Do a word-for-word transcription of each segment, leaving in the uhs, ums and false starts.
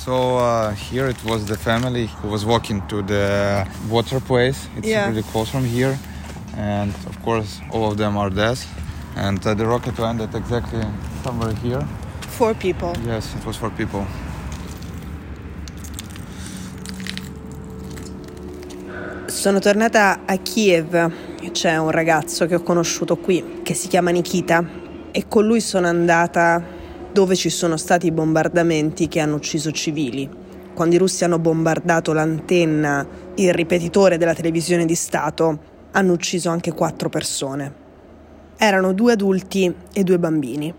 So uh, here it was the family who was walking to the water place. It's yeah. really close from here. And of course all of them are dead. And uh, the rocket landed exactly somewhere here. Four people. Yes, it was four people. Sono tornata a Kiev. C'è un ragazzo che ho conosciuto qui che si chiama Nikita e con lui sono andata dove ci sono stati i bombardamenti che hanno ucciso civili. Quando i russi hanno bombardato l'antenna, il ripetitore della televisione di Stato, hanno ucciso anche quattro persone. Erano due adulti e due bambini.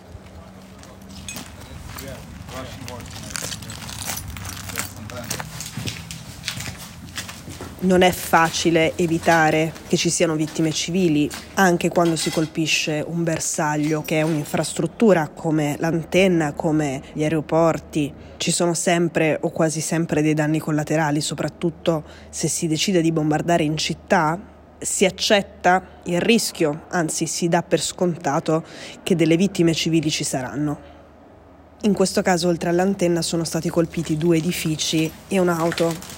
Non è facile evitare che ci siano vittime civili, anche quando si colpisce un bersaglio che è un'infrastruttura come l'antenna, come gli aeroporti. Ci sono sempre o quasi sempre dei danni collaterali, soprattutto se si decide di bombardare in città. Si accetta il rischio, anzi si dà per scontato che delle vittime civili ci saranno. In questo caso, oltre all'antenna, sono stati colpiti due edifici e un'auto.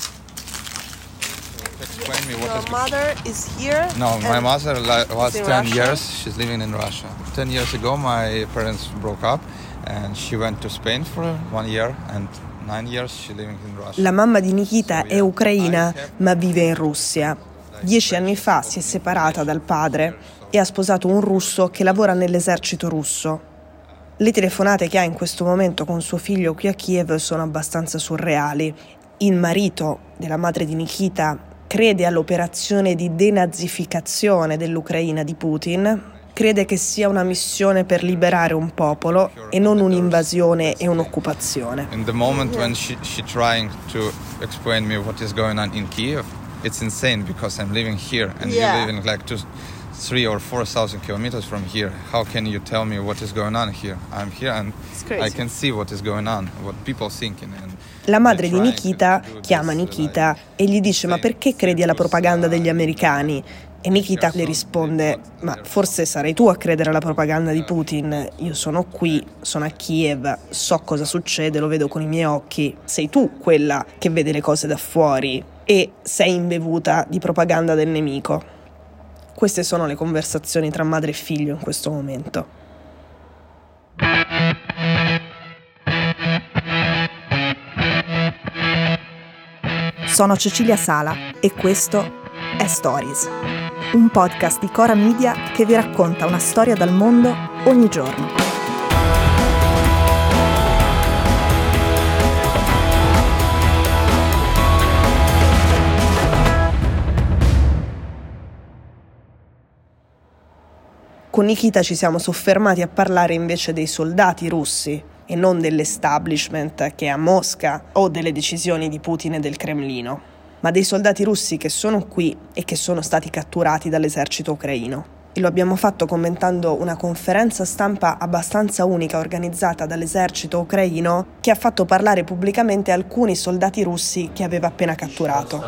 Your mother is here? No, my mother was ten years. She's living in Russia. Ten years ago, my parents broke up, and she went to Spain for one year, and nine years she living in Russia. La mamma di Nikita è ucraina, ma vive in Russia. Dieci anni fa si è separata dal padre e ha sposato un russo che lavora nell'esercito russo. Le telefonate che ha in questo momento con suo figlio qui a Kiev sono abbastanza surreali. Il marito della madre di Nikita crede all'operazione di denazificazione dell'Ucraina di Putin, crede che sia una missione per liberare un popolo e non un'invasione e un'occupazione. In the moment when she she trying to explain me what is going on in Kiev, it's insane because I'm living here and yeah. you're living like two, three or four thousand kilometers from here. How can you tell me what is going on here? I'm here and I can see what is going on, what people thinking. And la madre di Nikita chiama Nikita e gli dice: ma perché credi alla propaganda degli americani? E Nikita le risponde: ma forse sarai tu a credere alla propaganda di Putin. Io sono qui, sono a Kiev, so cosa succede, lo vedo con i miei occhi. Sei tu quella che vede le cose da fuori e sei imbevuta di propaganda del nemico. Queste sono le conversazioni tra madre e figlio in questo momento. Sono Cecilia Sala e questo è Stories, un podcast di Cora Media che vi racconta una storia dal mondo ogni giorno. Con Nikita ci siamo soffermati a parlare invece dei soldati russi e non dell'establishment che è a Mosca o delle decisioni di Putin e del Cremlino, ma dei soldati russi che sono qui e che sono stati catturati dall'esercito ucraino. E lo abbiamo fatto commentando una conferenza stampa abbastanza unica organizzata dall'esercito ucraino che ha fatto parlare pubblicamente alcuni soldati russi che aveva appena catturato.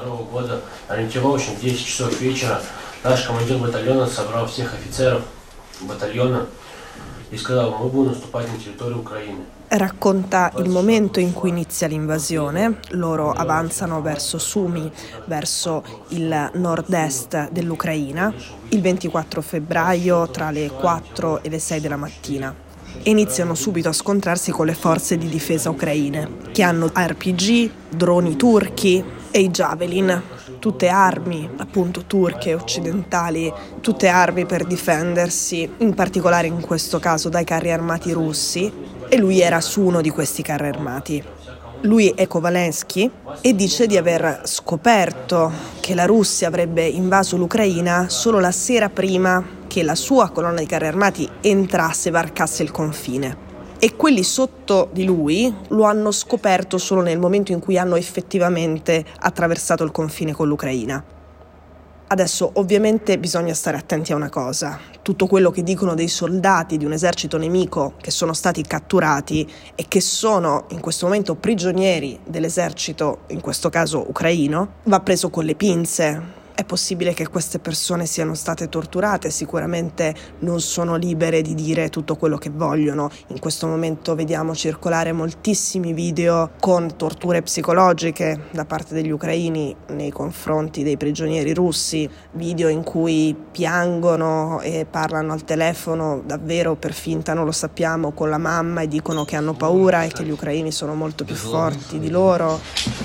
Racconta il momento in cui inizia l'invasione. Loro avanzano verso Sumy, verso il nord-est dell'Ucraina, il ventiquattro febbraio tra le quattro e le sei della mattina. E iniziano subito a scontrarsi con le forze di difesa ucraine, che hanno R P G, droni turchi e i Javelin, tutte armi appunto turche, occidentali, tutte armi per difendersi, in particolare in questo caso dai carri armati russi, e lui era su uno di questi carri armati. Lui è Kovalensky e dice di aver scoperto che la Russia avrebbe invaso l'Ucraina solo la sera prima che la sua colonna di carri armati entrasse e varcasse il confine. E quelli sotto di lui lo hanno scoperto solo nel momento in cui hanno effettivamente attraversato il confine con l'Ucraina. Adesso ovviamente bisogna stare attenti a una cosa. Tutto quello che dicono dei soldati di un esercito nemico che sono stati catturati e che sono in questo momento prigionieri dell'esercito, in questo caso ucraino, va preso con le pinze. È È possibile che queste persone siano state torturate, sicuramente non sono libere di dire tutto quello che vogliono. In questo momento vediamo circolare moltissimi video con torture psicologiche da parte degli ucraini nei confronti dei prigionieri russi, video in cui piangono e parlano al telefono, davvero per finta non lo sappiamo, con la mamma, e dicono che hanno paura e che gli ucraini sono molto più forti di loro.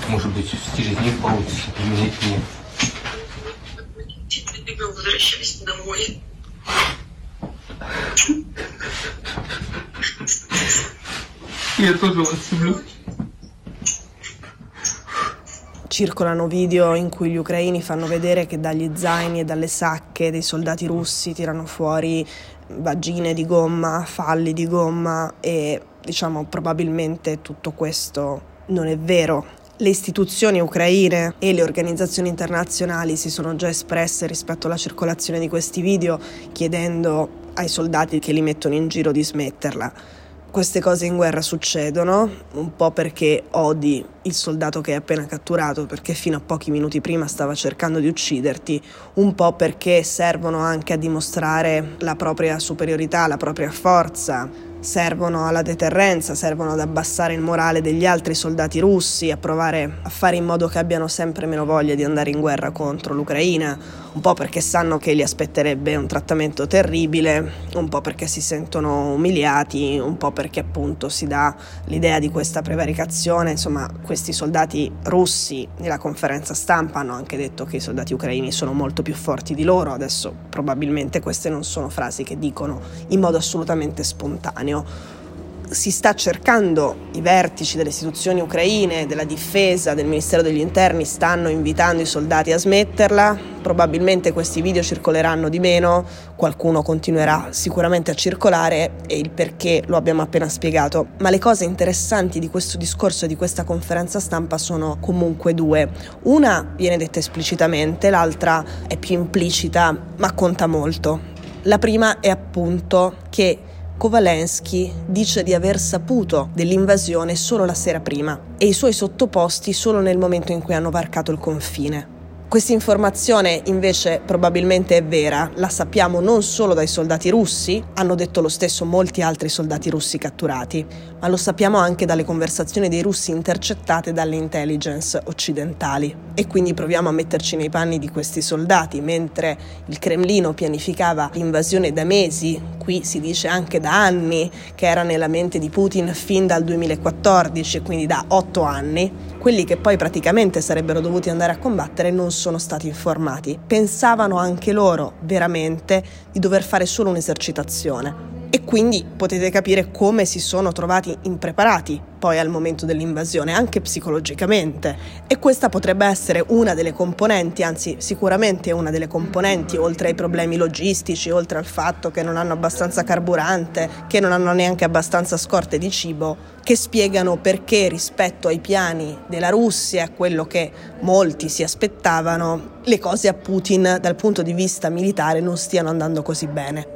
Возвращайся домой. Я тоже вас люблю. Circolano video in cui gli ucraini fanno vedere che dagli zaini e dalle sacche dei soldati russi tirano fuori vagine di gomma, falli di gomma, e diciamo probabilmente tutto questo non è vero. Le istituzioni ucraine e le organizzazioni internazionali si sono già espresse rispetto alla circolazione di questi video, chiedendo ai soldati che li mettono in giro di smetterla. Queste cose in guerra succedono, un po' perché odi il soldato che hai appena catturato, perché fino a pochi minuti prima stava cercando di ucciderti, un po' perché servono anche a dimostrare la propria superiorità, la propria forza, servono alla deterrenza, servono ad abbassare il morale degli altri soldati russi, a provare a fare in modo che abbiano sempre meno voglia di andare in guerra contro l'Ucraina, un po' perché sanno che li aspetterebbe un trattamento terribile, un po' perché si sentono umiliati, un po' perché appunto si dà l'idea di questa prevaricazione. Insomma, questi soldati russi nella conferenza stampa hanno anche detto che i soldati ucraini sono molto più forti di loro. Adesso probabilmente queste non sono frasi che dicono in modo assolutamente spontaneo. Si sta cercando, i vertici delle istituzioni ucraine, della difesa, del Ministero degli Interni stanno invitando i soldati a smetterla. Probabilmente questi video circoleranno di meno, qualcuno continuerà sicuramente a circolare, e il perché lo abbiamo appena spiegato. Ma le cose interessanti di questo discorso e di questa conferenza stampa sono comunque due. Una viene detta esplicitamente, l'altra è più implicita, ma conta molto. La prima è appunto che Kovalensky dice di aver saputo dell'invasione solo la sera prima e i suoi sottoposti solo nel momento in cui hanno varcato il confine. Questa informazione invece probabilmente è vera, la sappiamo non solo dai soldati russi, hanno detto lo stesso molti altri soldati russi catturati, ma lo sappiamo anche dalle conversazioni dei russi intercettate dalle intelligence occidentali. E quindi proviamo a metterci nei panni di questi soldati. Mentre il Cremlino pianificava l'invasione da mesi, qui si dice anche da anni, che era nella mente di Putin fin dal duemilaquattordici, quindi da otto anni, quelli che poi praticamente sarebbero dovuti andare a combattere non sono stati informati. Pensavano anche loro veramente di dover fare solo un'esercitazione. E quindi potete capire come si sono trovati impreparati poi al momento dell'invasione, anche psicologicamente. E questa potrebbe essere una delle componenti, anzi sicuramente una delle componenti, oltre ai problemi logistici, oltre al fatto che non hanno abbastanza carburante, che non hanno neanche abbastanza scorte di cibo, che spiegano perché rispetto ai piani della Russia, a quello che molti si aspettavano, le cose a Putin dal punto di vista militare non stiano andando così bene.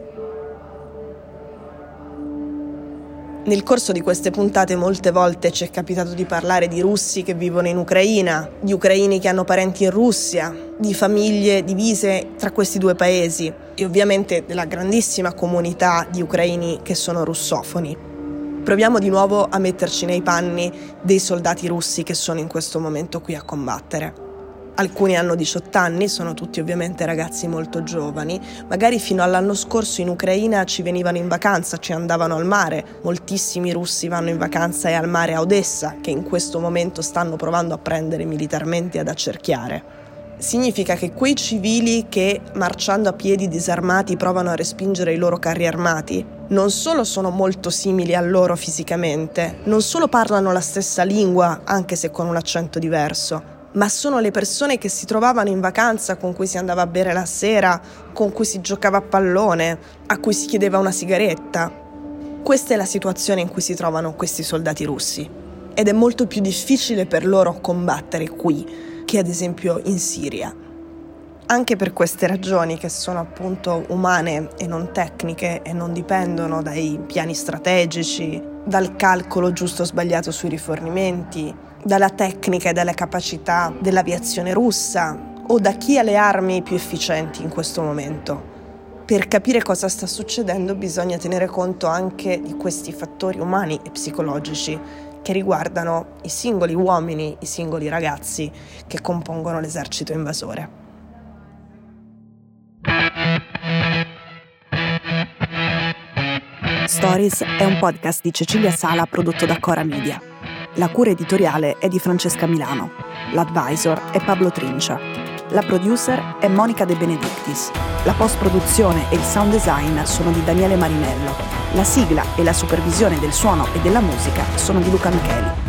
Nel corso di queste puntate molte volte ci è capitato di parlare di russi che vivono in Ucraina, di ucraini che hanno parenti in Russia, di famiglie divise tra questi due paesi e ovviamente della grandissima comunità di ucraini che sono russofoni. Proviamo di nuovo a metterci nei panni dei soldati russi che sono in questo momento qui a combattere. Alcuni hanno diciotto anni, sono tutti ovviamente ragazzi molto giovani, magari fino all'anno scorso in Ucraina ci venivano in vacanza, ci andavano al mare, moltissimi russi vanno in vacanza e al mare a Odessa, che in questo momento stanno provando a prendere militarmente e ad accerchiare. Significa che quei civili che marciando a piedi disarmati provano a respingere i loro carri armati non solo sono molto simili a loro fisicamente, non solo parlano la stessa lingua anche se con un accento diverso, ma sono le persone che si trovavano in vacanza, con cui si andava a bere la sera, con cui si giocava a pallone, a cui si chiedeva una sigaretta. Questa è la situazione in cui si trovano questi soldati russi ed è molto più difficile per loro combattere qui che ad esempio in Siria. Anche per queste ragioni, che sono appunto umane e non tecniche e non dipendono dai piani strategici, dal calcolo giusto o sbagliato sui rifornimenti, dalla tecnica e dalla capacità dell'aviazione russa O da chi ha le armi più efficienti in questo momento? Per capire cosa sta succedendo bisogna tenere conto anche di questi fattori umani e psicologici che riguardano i singoli uomini, i singoli ragazzi che compongono l'esercito invasore. Stories è un podcast di Cecilia Sala prodotto da Cora Media. La cura editoriale è di Francesca Milano. L'advisor è Pablo Trincia. La producer è Monica De Benedictis. La post-produzione e il sound design sono di Daniele Marinello. La sigla e la supervisione del suono e della musica sono di Luca Micheli.